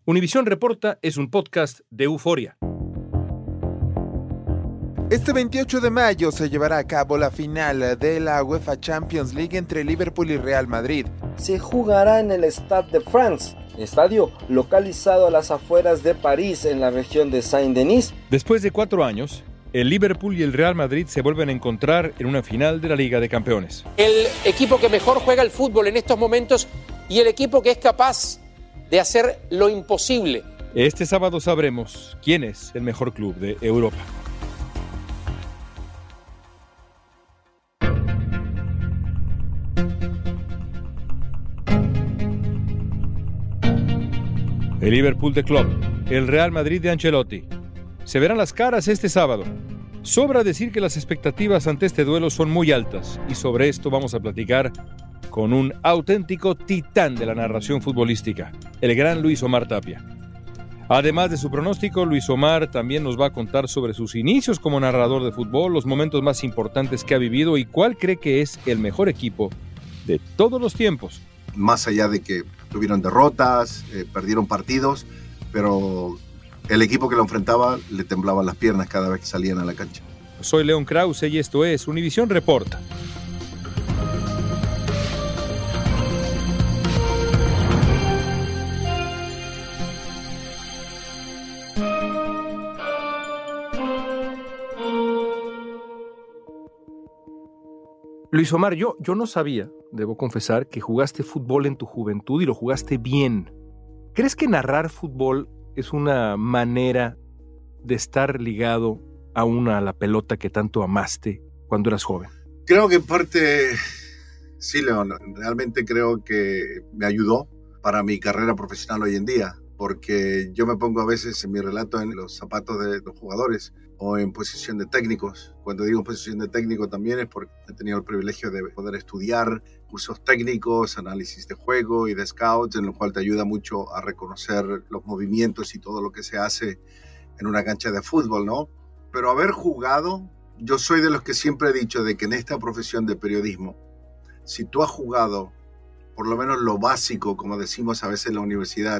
Univisión Reporta es un podcast de Euforia. Este 28 de mayo se llevará a cabo la final de la UEFA Champions League entre Liverpool y Real Madrid. Se jugará en el Stade de France, estadio localizado a las afueras de París, en la región de Saint-Denis. Después de 4 años, el Liverpool y el Real Madrid se vuelven a encontrar en una final de la Liga de Campeones. El equipo que mejor juega el fútbol en estos momentos y el equipo que es capaz de hacer lo imposible. Este sábado sabremos quién es el mejor club de Europa. El Liverpool de Klopp, el Real Madrid de Ancelotti. Se verán las caras este sábado. Sobra decir que las expectativas ante este duelo son muy altas, y sobre esto vamos a platicar con un auténtico titán de la narración futbolística, el gran Luis Omar Tapia. Además de su pronóstico, Luis Omar también nos va a contar sobre sus inicios como narrador de fútbol, los momentos más importantes que ha vivido y cuál cree que es el mejor equipo de todos los tiempos. Más allá de que tuvieron derrotas, perdieron partidos, pero el equipo que lo enfrentaba le temblaban las piernas cada vez que salían a la cancha. Soy León Krause y esto es Univisión Reporta. Luis Omar, yo no sabía, debo confesar, que jugaste fútbol en tu juventud y lo jugaste bien. ¿Crees que narrar fútbol es una manera de estar ligado a la pelota que tanto amaste cuando eras joven? Creo que en parte sí, León. Realmente creo que me ayudó para mi carrera profesional hoy en día, porque yo me pongo a veces en mi relato en los zapatos de los jugadores o en posición de técnicos. Cuando digo en posición de técnico también es porque he tenido el privilegio de poder estudiar cursos técnicos, análisis de juego y de scouts, en lo cual te ayuda mucho a reconocer los movimientos y todo lo que se hace en una cancha de fútbol, ¿no? Pero haber jugado, yo soy de los que siempre he dicho de que en esta profesión de periodismo, si tú has jugado por lo menos lo básico, como decimos a veces en la universidad,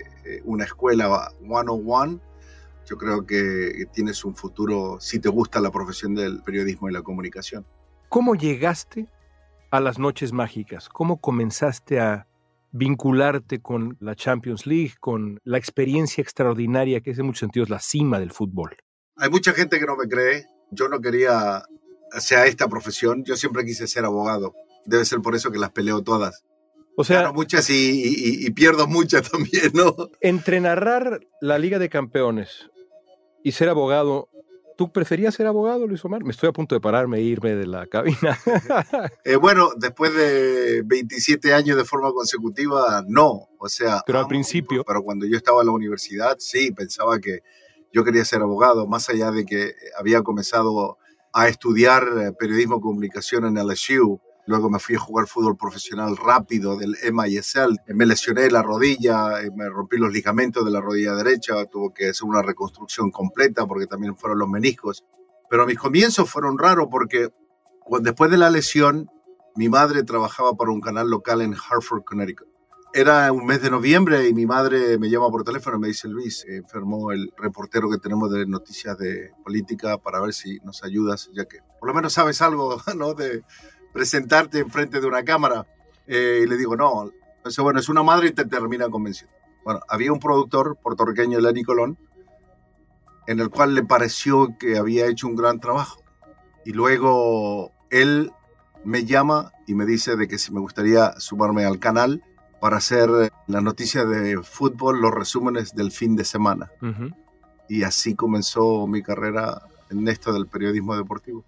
una escuela 101, yo creo que tienes un futuro si te gusta la profesión del periodismo y la comunicación. ¿Cómo llegaste a las noches mágicas? ¿Cómo comenzaste a vincularte con la Champions League, con la experiencia extraordinaria que es en muchos sentidos la cima del fútbol? Hay mucha gente que no me cree. Yo no quería hacer esta profesión. Yo siempre quise ser abogado. Debe ser por eso que las peleo todas. O sea, gano muchas y pierdo muchas también, ¿no? Entre narrar la Liga de Campeones y ser abogado, ¿tú preferías ser abogado, Luis Omar? Me estoy a punto de pararme e irme de la cabina. Bueno, después de 27 años de forma consecutiva, no. O sea, pero al principio. Pero cuando yo estaba en la universidad, sí, pensaba que yo quería ser abogado, más allá de que había comenzado a estudiar periodismo y comunicación en LSU. Luego me fui a jugar fútbol profesional rápido del MISL. Me lesioné la rodilla, me rompí los ligamentos de la rodilla derecha, tuve que hacer una reconstrucción completa porque también fueron los meniscos. Pero mis comienzos fueron raros porque después de la lesión, mi madre trabajaba para un canal local en Hartford, Connecticut. Era un mes de noviembre y mi madre me llama por teléfono y me dice: Luis, enfermó el reportero que tenemos de noticias de política, para ver si nos ayudas, ya que por lo menos sabes algo, ¿no?, de presentarte enfrente de una cámara. Y le digo, no. Entonces, bueno, es una madre y te termina convenciendo. Bueno, había un productor puertorriqueño, Lenny Colón, en el cual le pareció que había hecho un gran trabajo. Y luego él me llama y me dice de que si me gustaría sumarme al canal para hacer las noticias de fútbol, los resúmenes del fin de semana. Uh-huh. Y así comenzó mi carrera en esto del periodismo deportivo.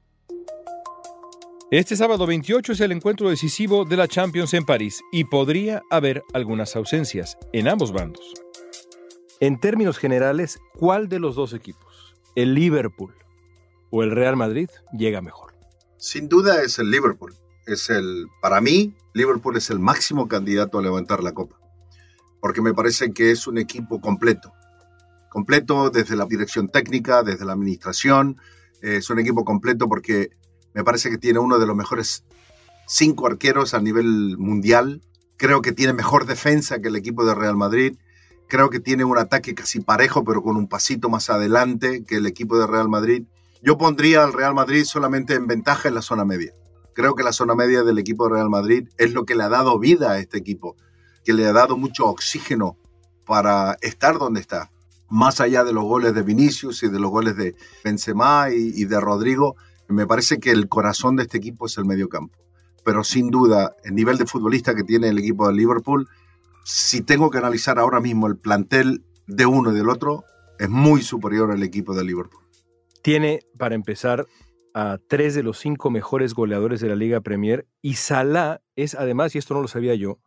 Este sábado 28 es el encuentro decisivo de la Champions en París y podría haber algunas ausencias en ambos bandos. En términos generales, ¿cuál de los dos equipos, el Liverpool o el Real Madrid, llega mejor? Sin duda es el Liverpool. Para mí, Liverpool es el máximo candidato a levantar la copa, porque me parece que es un equipo completo desde la dirección técnica, desde la administración. Es un equipo completo porque me parece que tiene uno de los mejores 5 arqueros a nivel mundial. Creo que tiene mejor defensa que el equipo de Real Madrid Creo que tiene un ataque casi parejo, pero con un pasito más adelante que el equipo de Real Madrid. Yo pondría al Real Madrid solamente en ventaja en la zona media. Creo que la zona media del equipo de Real Madrid es lo que le ha dado vida a este equipo, que le ha dado mucho oxígeno para estar donde está. Más allá de los goles de Vinicius y de los goles de Benzema y de Rodrigo, me parece que el corazón de este equipo es el mediocampo. Pero sin duda, el nivel de futbolista que tiene el equipo de Liverpool, si tengo que analizar ahora mismo el plantel de uno y del otro, es muy superior al equipo de Liverpool. Tiene, para empezar, a 3 de los 5 mejores goleadores de la Liga Premier, y Salah es, además, y esto no lo sabía yo,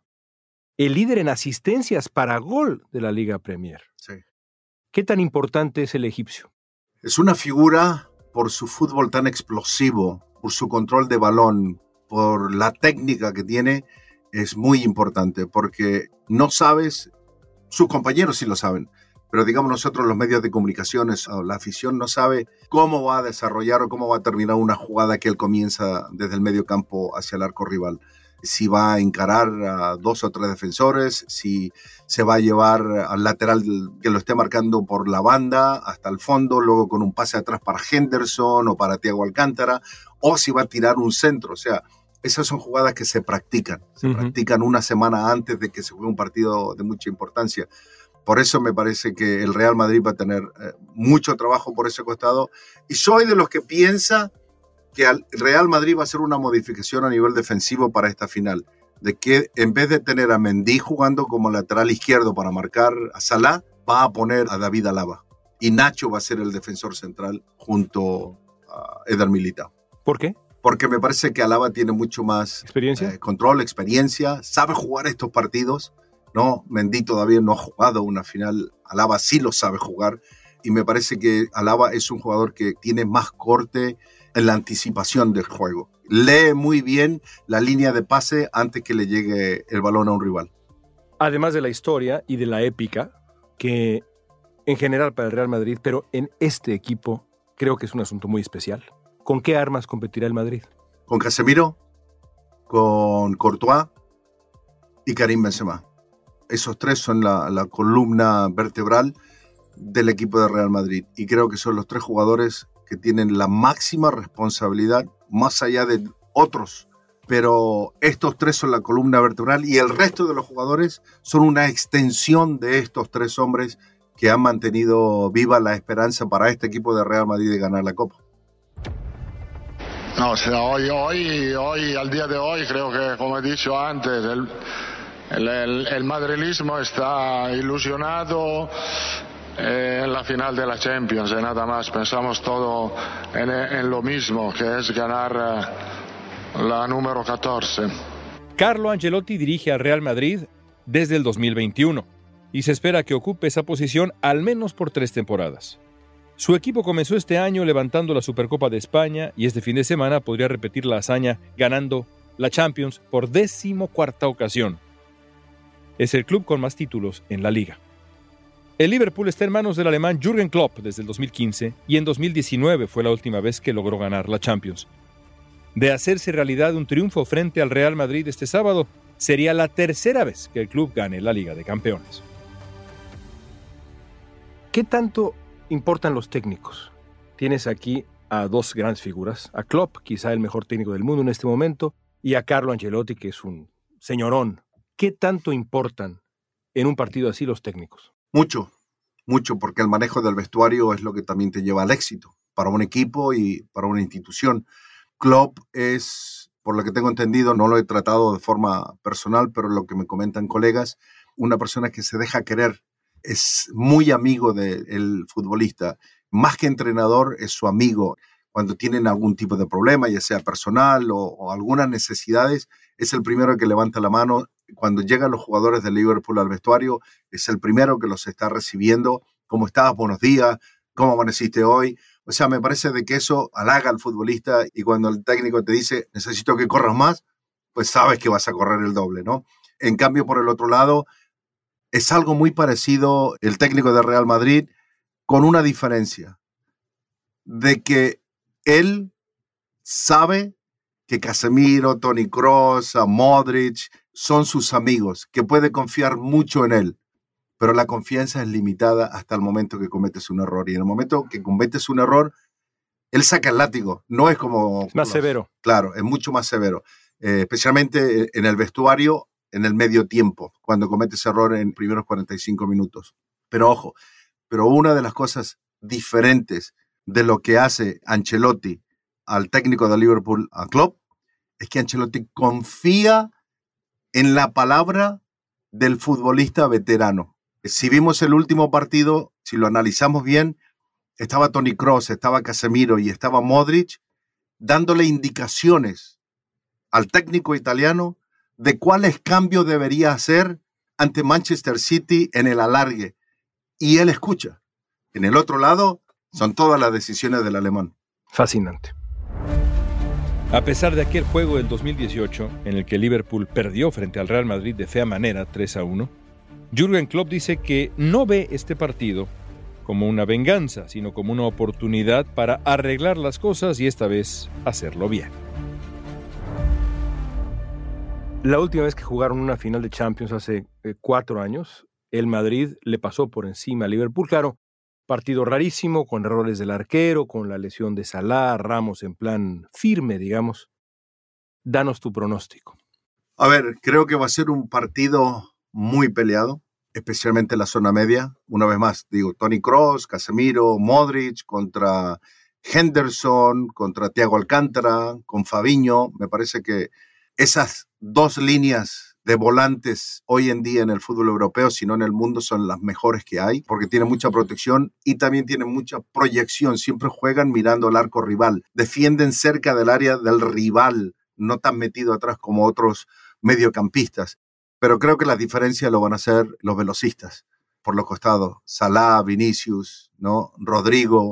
el líder en asistencias para gol de la Liga Premier. Sí. ¿Qué tan importante es el egipcio? Es una figura por su fútbol tan explosivo, por su control de balón, por la técnica que tiene. Es muy importante porque no sabes, sus compañeros sí lo saben, pero digamos nosotros los medios de comunicaciones o la afición no sabe cómo va a desarrollar o cómo va a terminar una jugada que él comienza desde el medio campo hacia el arco rival. Si va a encarar a 2 o 3 defensores, si se va a llevar al lateral que lo esté marcando por la banda hasta el fondo, luego con un pase atrás para Henderson o para Thiago Alcántara, o si va a tirar un centro. O sea, esas son jugadas que se practican. Se practican una semana antes de que se juegue un partido de mucha importancia. Por eso me parece que el Real Madrid va a tener mucho trabajo por ese costado. Y soy de los que piensa que el Real Madrid va a hacer una modificación a nivel defensivo para esta final. De que en vez de tener a Mendy jugando como lateral izquierdo para marcar a Salah, va a poner a David Alaba. Y Nacho va a ser el defensor central junto a Eder Militao. ¿Por qué? Porque me parece que Alaba tiene mucho más ¿Experiencia? Control, experiencia, sabe jugar estos partidos, ¿no? Mendy todavía no ha jugado una final, Alaba sí lo sabe jugar, y me parece que Alaba es un jugador que tiene más corte en la anticipación del juego. Lee muy bien la línea de pase antes que le llegue el balón a un rival. Además de la historia y de la épica, que en general para el Real Madrid, pero en este equipo creo que es un asunto muy especial. ¿Con qué armas competirá el Madrid? Con Casemiro, con Courtois y Karim Benzema. Esos 3 son la columna vertebral del equipo de Real Madrid. Y creo que son los 3 jugadores que tienen la máxima responsabilidad, más allá de otros. Pero estos 3 son la columna vertebral y el resto de los jugadores son una extensión de estos 3 hombres que han mantenido viva la esperanza para este equipo de Real Madrid de ganar la Copa. No, o sea, hoy, al día de hoy, creo que, como he dicho antes, el madrilismo está ilusionado en la final de la Champions, nada más. Pensamos todo en lo mismo, que es ganar la número 14. Carlo Ancelotti dirige al Real Madrid desde el 2021 y se espera que ocupe esa posición al menos por 3 temporadas. Su equipo comenzó este año levantando la Supercopa de España y este fin de semana podría repetir la hazaña ganando la Champions por 14ª ocasión. Es el club con más títulos en la liga. El Liverpool está en manos del alemán Jürgen Klopp desde el 2015 y en 2019 fue la última vez que logró ganar la Champions. De hacerse realidad un triunfo frente al Real Madrid este sábado, sería la 3ª vez que el club gane la Liga de Campeones. ¿Qué tanto importan los técnicos? Tienes aquí a 2 grandes figuras, a Klopp, quizá el mejor técnico del mundo en este momento, y a Carlo Ancelotti, que es un señorón. ¿Qué tanto importan en un partido así los técnicos? Mucho, porque el manejo del vestuario es lo que también te lleva al éxito, para un equipo y para una institución. Klopp es, por lo que tengo entendido, no lo he tratado de forma personal, pero lo que me comentan colegas, una persona que se deja querer, es muy amigo del futbolista, más que entrenador, es su amigo. Cuando tienen algún tipo de problema, ya sea personal o algunas necesidades, es el primero que levanta la mano. Cuando llegan los jugadores de Liverpool al vestuario, es el primero que los está recibiendo. ¿Cómo estás? Buenos días. ¿Cómo amaneciste hoy? O sea, me parece de que eso halaga al futbolista y cuando el técnico te dice, necesito que corras más, pues sabes que vas a correr el doble, ¿no? En cambio, por el otro lado, es algo muy parecido el técnico de Real Madrid con una diferencia, de que él sabe que Casemiro, Toni Kroos, Modric son sus amigos, que puede confiar mucho en él. pero la confianza es limitada hasta el momento que cometes un error. Y en el momento que cometes un error, él saca el látigo. No es como... Es más severo. Claro, es mucho más severo. Especialmente en el vestuario, en el medio tiempo, cuando cometes error en primeros 45 minutos. Pero ojo, una de las cosas diferentes de lo que hace Ancelotti al técnico de Liverpool, a Klopp, es que Ancelotti confía en la palabra del futbolista veterano. Si vimos el último partido, si lo analizamos bien, estaba Toni Kroos, estaba Casemiro y estaba Modric dándole indicaciones al técnico italiano de cuáles cambios debería hacer ante Manchester City en el alargue. Y él escucha. En el otro lado son todas las decisiones del alemán. Fascinante. A pesar de aquel juego del 2018, en el que Liverpool perdió frente al Real Madrid de fea manera, 3-1, Jürgen Klopp dice que no ve este partido como una venganza, sino como una oportunidad para arreglar las cosas y esta vez hacerlo bien. La última vez que jugaron una final de Champions hace 4 años, el Madrid le pasó por encima a Liverpool. Claro, partido rarísimo, con errores del arquero, con la lesión de Salah, Ramos en plan firme, digamos. Danos tu pronóstico. A ver, creo que va a ser un partido muy peleado, especialmente en la zona media. Una vez más, digo, Toni Kroos, Casemiro, Modric contra Henderson, contra Thiago Alcántara, con Fabinho. Me parece que esas dos líneas de volantes hoy en día en el fútbol europeo, si no en el mundo, son las mejores que hay, porque tienen mucha protección y también tienen mucha proyección. Siempre juegan mirando al arco rival, defienden cerca del área del rival, no tan metido atrás como otros mediocampistas. Pero creo que la diferencia lo van a hacer los velocistas por los costados. Salah, Vinicius, ¿no? Rodrigo,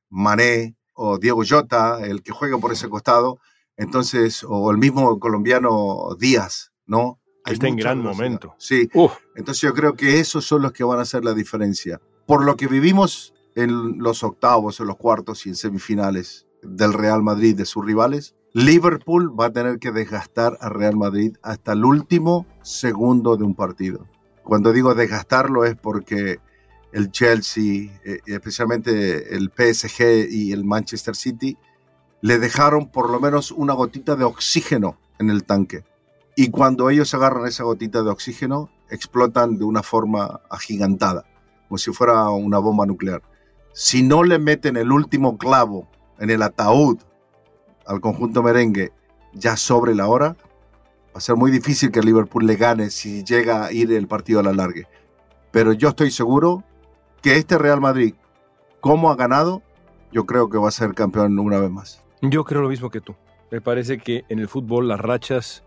Mané o Diego Jota, el que juega por ese costado. Entonces, o el mismo colombiano Díaz, ¿no? Está en gran momento. Sí. Entonces yo creo que esos son los que van a hacer la diferencia. Por lo que vivimos en los octavos, en los cuartos y en semifinales del Real Madrid, de sus rivales, Liverpool va a tener que desgastar a Real Madrid hasta el último segundo de un partido. Cuando digo desgastarlo es porque el Chelsea, especialmente el PSG y el Manchester City, le dejaron por lo menos una gotita de oxígeno en el tanque. Y cuando ellos agarran esa gotita de oxígeno, explotan de una forma agigantada, como si fuera una bomba nuclear. Si no le meten el último clavo en el ataúd al conjunto merengue ya sobre la hora, va a ser muy difícil que el Liverpool le gane si llega a ir el partido a la largue. Pero yo estoy seguro que este Real Madrid, como ha ganado, yo creo que va a ser campeón una vez más. Yo creo lo mismo que tú. Me parece que en el fútbol las rachas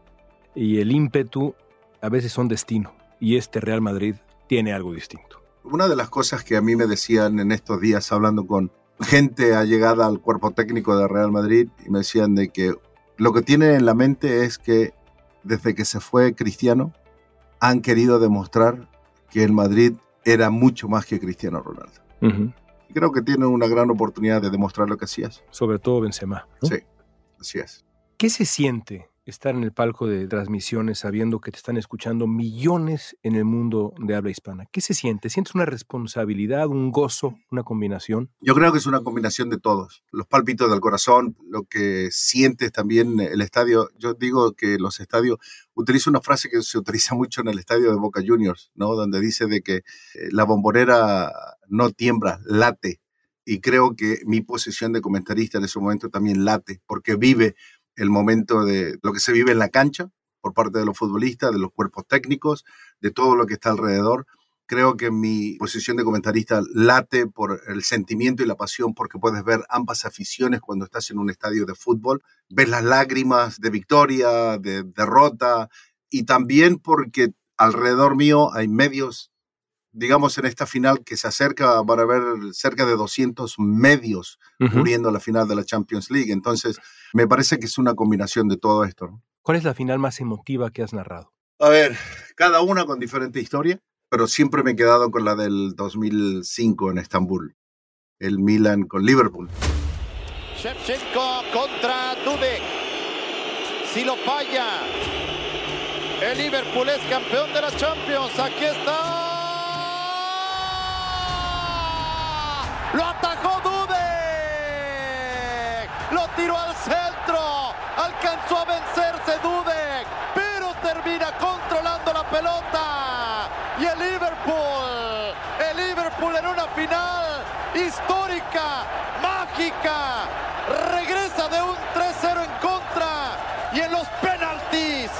y el ímpetu a veces son destino, y este Real Madrid tiene algo distinto. Una de las cosas que a mí me decían en estos días hablando con gente allegada al cuerpo técnico de Real Madrid, y me decían de que lo que tienen en la mente es que desde que se fue Cristiano han querido demostrar que el Madrid era mucho más que Cristiano Ronaldo. Uh-huh. Y creo que tienen una gran oportunidad de demostrar lo que hacías. Sobre todo Benzema, ¿no? Sí, así es. ¿Qué se siente estar en el palco de transmisiones sabiendo que te están escuchando millones en el mundo de habla hispana? ¿Qué se siente? ¿Sientes una responsabilidad, un gozo, una combinación? Yo creo que es una combinación de todos. Los pálpitos del corazón, lo que sientes también el estadio. Yo digo que los estadios, utilizo una frase que se utiliza mucho en el estadio de Boca Juniors, ¿no? Donde dice de que la bombonera no tiembla, late. Y creo que mi posición de comentarista en ese momento también late, porque vive el momento de lo que se vive en la cancha por parte de los futbolistas, de los cuerpos técnicos, de todo lo que está alrededor. Creo que mi posición de comentarista late por el sentimiento y la pasión, porque puedes ver ambas aficiones cuando estás en un estadio de fútbol. Ves las lágrimas de victoria, de derrota, y también porque alrededor mío hay medios, digamos en esta final que se acerca, van a haber cerca de 200 medios cubriendo la final de la Champions League. Entonces, me parece que es una combinación de todo esto, ¿no? ¿Cuál es la final más emotiva que has narrado? A ver, cada una con diferente historia, pero siempre me he quedado con la del 2005 en Estambul, el Milan con Liverpool. Shevchenko contra Dudek. Si lo falla, el Liverpool es campeón de la Champions. Aquí está. Liverpool en una final histórica, mágica. Regresa de un 3-0 en contra y en los penaltis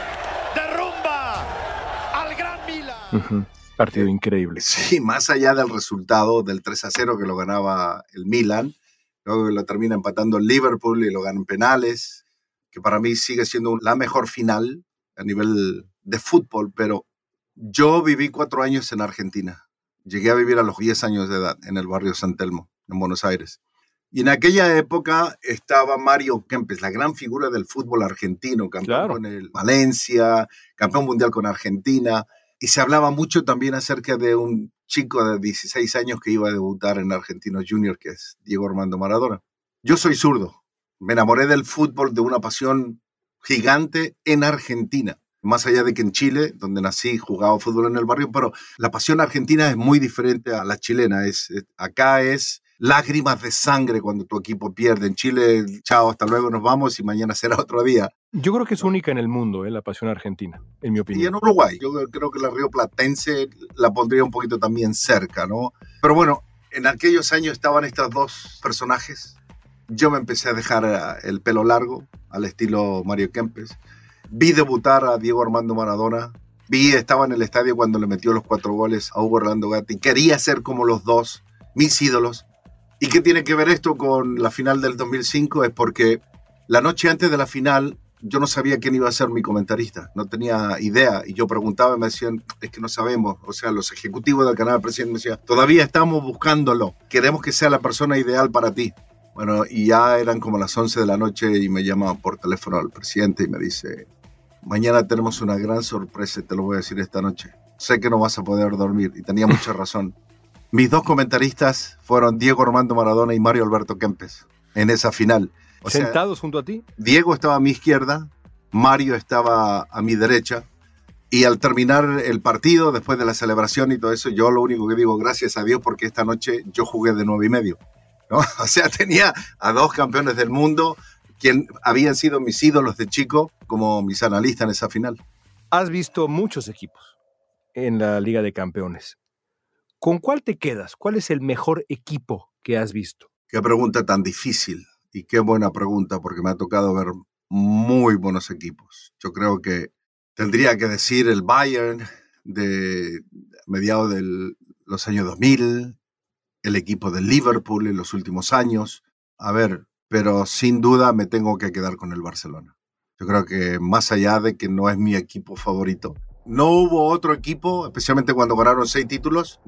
derrumba al Gran Milan. Partido increíble. Sí, más allá del resultado del 3-0 que lo ganaba el Milan, luego lo termina empatando el Liverpool y lo gana en penales, que para mí sigue siendo la mejor final a nivel de fútbol, pero yo viví 4 años en Argentina. Llegué a vivir a los 10 años de edad en el barrio San Telmo, en Buenos Aires. Y en aquella época estaba Mario Kempes, la gran figura del fútbol argentino, campeón con el Valencia, campeón mundial con Argentina. Y se hablaba mucho también acerca de un chico de 16 años que iba a debutar en Argentinos Juniors, que es Diego Armando Maradona. Yo soy zurdo. Me enamoré del fútbol de una pasión gigante en Argentina. Más allá de que en Chile, donde nací, jugaba fútbol en el barrio, pero la pasión argentina es muy diferente a la chilena. Acá es lágrimas de sangre cuando tu equipo pierde. En Chile, chao, hasta luego, nos vamos y mañana será otro día. Yo creo que es única en el mundo, la pasión argentina, en mi opinión. Y en Uruguay, yo creo que la rioplatense la pondría un poquito también cerca, ¿no? Pero bueno, en aquellos años estaban estos dos personajes. Yo me empecé a dejar el pelo largo, al estilo Mario Kempes. Vi debutar a Diego Armando Maradona. Estaba en el estadio cuando le metió los 4 goles a Hugo Orlando Gatti. Quería ser como los dos, mis ídolos. ¿Y qué tiene que ver esto con la final del 2005? Es porque la noche antes de la final yo no sabía quién iba a ser mi comentarista. No tenía idea. Y yo preguntaba y me decían, es que no sabemos. O sea, los ejecutivos del canal presidente me decían, todavía estamos buscándolo. Queremos que sea la persona ideal para ti. Bueno, y ya eran como las 11 de la noche y me llama por teléfono el presidente y me dice, mañana tenemos una gran sorpresa, te lo voy a decir esta noche. Sé que no vas a poder dormir, y tenía mucha razón. Mis 2 comentaristas fueron Diego Armando Maradona y Mario Alberto Kempes en esa final. ¿Sentados junto a ti? Diego estaba a mi izquierda, Mario estaba a mi derecha, y al terminar el partido, después de la celebración y todo eso, yo lo único que digo, gracias a Dios, porque esta noche yo jugué de 9,5. ¿No? O sea, tenía a 2 campeones del mundo, quien habían sido mis ídolos de chico, como mis analistas en esa final. Has visto muchos equipos en la Liga de Campeones. ¿Con cuál te quedas? ¿Cuál es el mejor equipo que has visto? Qué pregunta tan difícil y qué buena pregunta, porque me ha tocado ver muy buenos equipos. Yo creo que tendría que decir el Bayern de mediados de los años 2000, el equipo de Liverpool en los últimos años. A ver, pero sin duda me tengo que quedar con el Barcelona. Yo creo que más allá de que no es mi equipo favorito, no hubo otro equipo, especialmente cuando ganaron 6 títulos,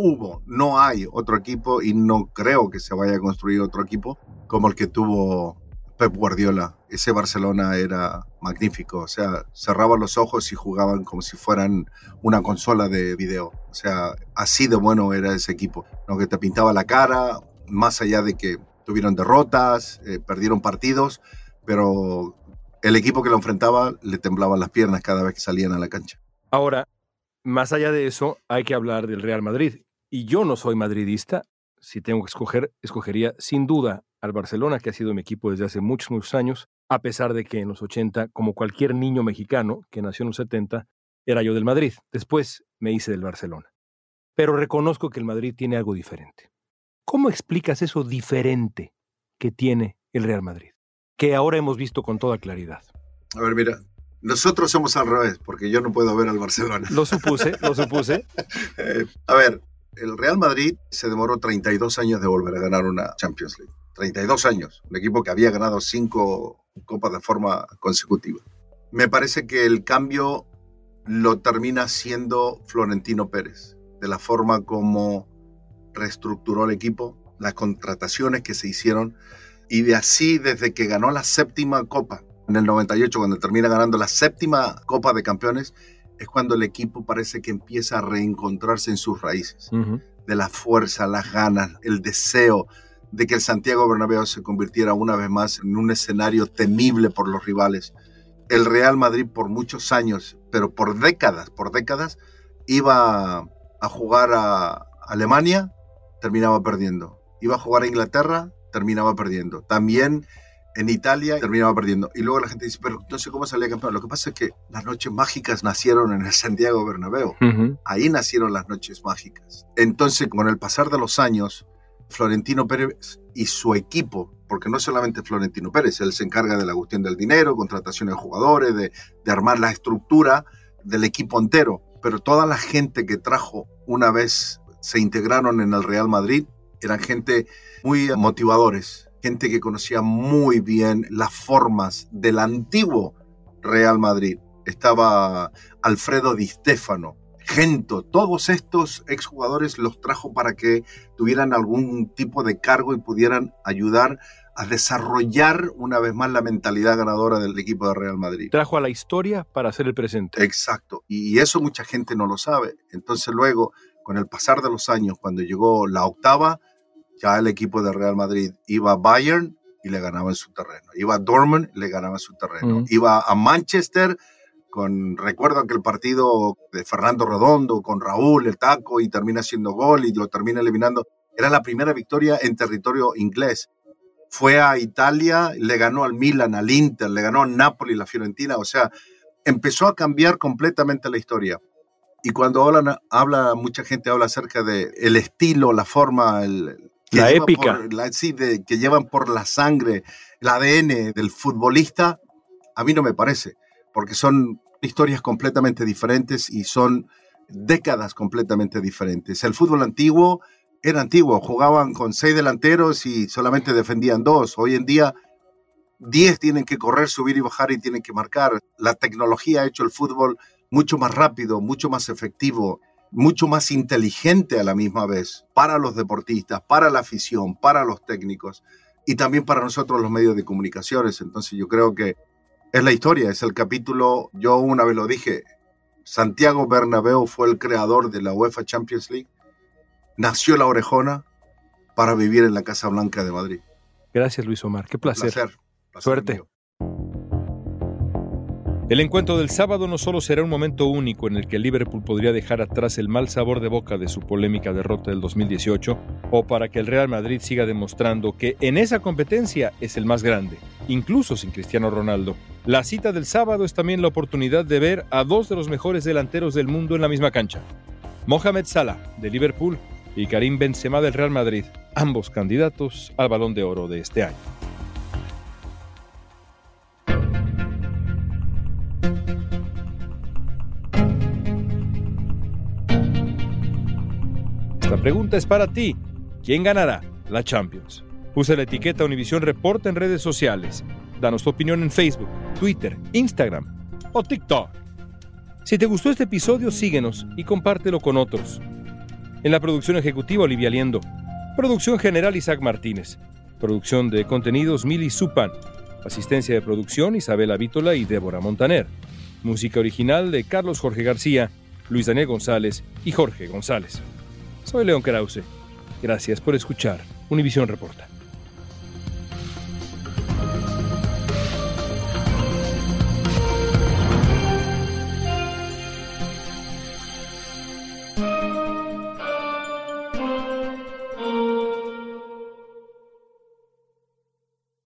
no hay otro equipo y no creo que se vaya a construir otro equipo como el que tuvo Pep Guardiola. Ese Barcelona era magnífico, o sea, cerraban los ojos y jugaban como si fueran una consola de video. O sea, así de bueno era ese equipo, ¿no? Que te pintaba la cara, más allá de que tuvieron derrotas, perdieron partidos, pero el equipo que lo enfrentaba le temblaban las piernas cada vez que salían a la cancha. Ahora, más allá de eso, hay que hablar del Real Madrid. Y yo no soy madridista. Si tengo que escoger, escogería sin duda al Barcelona, que ha sido mi equipo desde hace muchos, muchos años, a pesar de que en los 80, como cualquier niño mexicano que nació en los 70, era yo del Madrid. Después me hice del Barcelona. Pero reconozco que el Madrid tiene algo diferente. ¿Cómo explicas eso diferente que tiene el Real Madrid? Que ahora hemos visto con toda claridad. A ver, mira, nosotros somos al revés, porque yo no puedo ver al Barcelona. Lo supuse. A ver, el Real Madrid se demoró 32 años de volver a ganar una Champions League. 32 años. Un equipo que había ganado 5 copas de forma consecutiva. Me parece que el cambio lo termina siendo Florentino Pérez, de la forma como reestructuró el equipo, las contrataciones que se hicieron, y de así, desde que ganó la 7ª copa, en el 98, cuando termina ganando la 7ª Copa de Campeones, es cuando el equipo parece que empieza a reencontrarse en sus raíces. De la fuerza, las ganas, el deseo de que el Santiago Bernabéu se convirtiera una vez más en un escenario temible por los rivales. El Real Madrid por muchos años, pero por décadas, iba a jugar a Alemania, terminaba perdiendo. Iba a jugar a Inglaterra, terminaba perdiendo. También en Italia terminaba perdiendo. Y luego la gente dice, pero no sé cómo salía campeón. Lo que pasa es que las noches mágicas nacieron en el Santiago Bernabéu. Ahí nacieron las noches mágicas. Entonces, con el pasar de los años, Florentino Pérez y su equipo, porque no solamente Florentino Pérez, él se encarga de la cuestión del dinero, contrataciones de jugadores, de armar la estructura del equipo entero, pero toda la gente que trajo una vez se integraron en el Real Madrid eran gente muy motivadores, gente que conocía muy bien las formas del antiguo Real Madrid. Estaba Alfredo Di Stéfano, Gento, todos estos exjugadores los trajo para que tuvieran algún tipo de cargo y pudieran ayudar a desarrollar una vez más la mentalidad ganadora del equipo de Real Madrid. Trajo a la historia para hacer el presente. Exacto, y eso mucha gente no lo sabe. Entonces luego, con el pasar de los años, cuando llegó la octava, ya el equipo de Real Madrid iba a Bayern y le ganaba en su terreno. Iba a Dortmund y le ganaba en su terreno. Iba a Manchester, recuerdo aquel partido de Fernando Redondo con Raúl, el taco, y termina haciendo gol y lo termina eliminando. Era la primera victoria en territorio inglés. Fue a Italia, le ganó al Milan, al Inter, le ganó al Napoli, la Fiorentina. O sea, empezó a cambiar completamente la historia. Y cuando mucha gente habla acerca del estilo, la forma, la épica. Que llevan por la sangre, el ADN del futbolista, a mí no me parece, porque son historias completamente diferentes y son décadas completamente diferentes. El fútbol antiguo era antiguo, jugaban con 6 delanteros y solamente defendían 2. Hoy en día 10 tienen que correr, subir y bajar y tienen que marcar. La tecnología ha hecho el fútbol mucho más rápido, mucho más efectivo, mucho más inteligente a la misma vez para los deportistas, para la afición, para los técnicos y también para nosotros los medios de comunicaciones. Entonces yo creo que es la historia, es el capítulo. Yo una vez lo dije, Santiago Bernabéu fue el creador de la UEFA Champions League. Nació la Orejona para vivir en la Casa Blanca de Madrid. Gracias, Luis Omar. Qué placer. Placer Suerte. Mío. El encuentro del sábado no solo será un momento único en el que el Liverpool podría dejar atrás el mal sabor de boca de su polémica derrota del 2018, o para que el Real Madrid siga demostrando que en esa competencia es el más grande, incluso sin Cristiano Ronaldo. La cita del sábado es también la oportunidad de ver a 2 de los mejores delanteros del mundo en la misma cancha. Mohamed Salah, de Liverpool, y Karim Benzema, del Real Madrid, ambos candidatos al Balón de Oro de este año. Esta pregunta es para ti. ¿Quién ganará la Champions? Usa la etiqueta Univisión Reporta en redes sociales. Danos tu opinión en Facebook, Twitter, Instagram o TikTok. Si te gustó este episodio, síguenos y compártelo con otros. En la producción ejecutiva, Olivia Liendo. Producción general, Isaac Martínez. Producción de contenidos, Mili Supan. Asistencia de producción, Isabela Vítola y Débora Montaner. Música original de Carlos Jorge García, Luis Daniel González y Jorge González. Soy León Krause. Gracias por escuchar Univisión Reporta.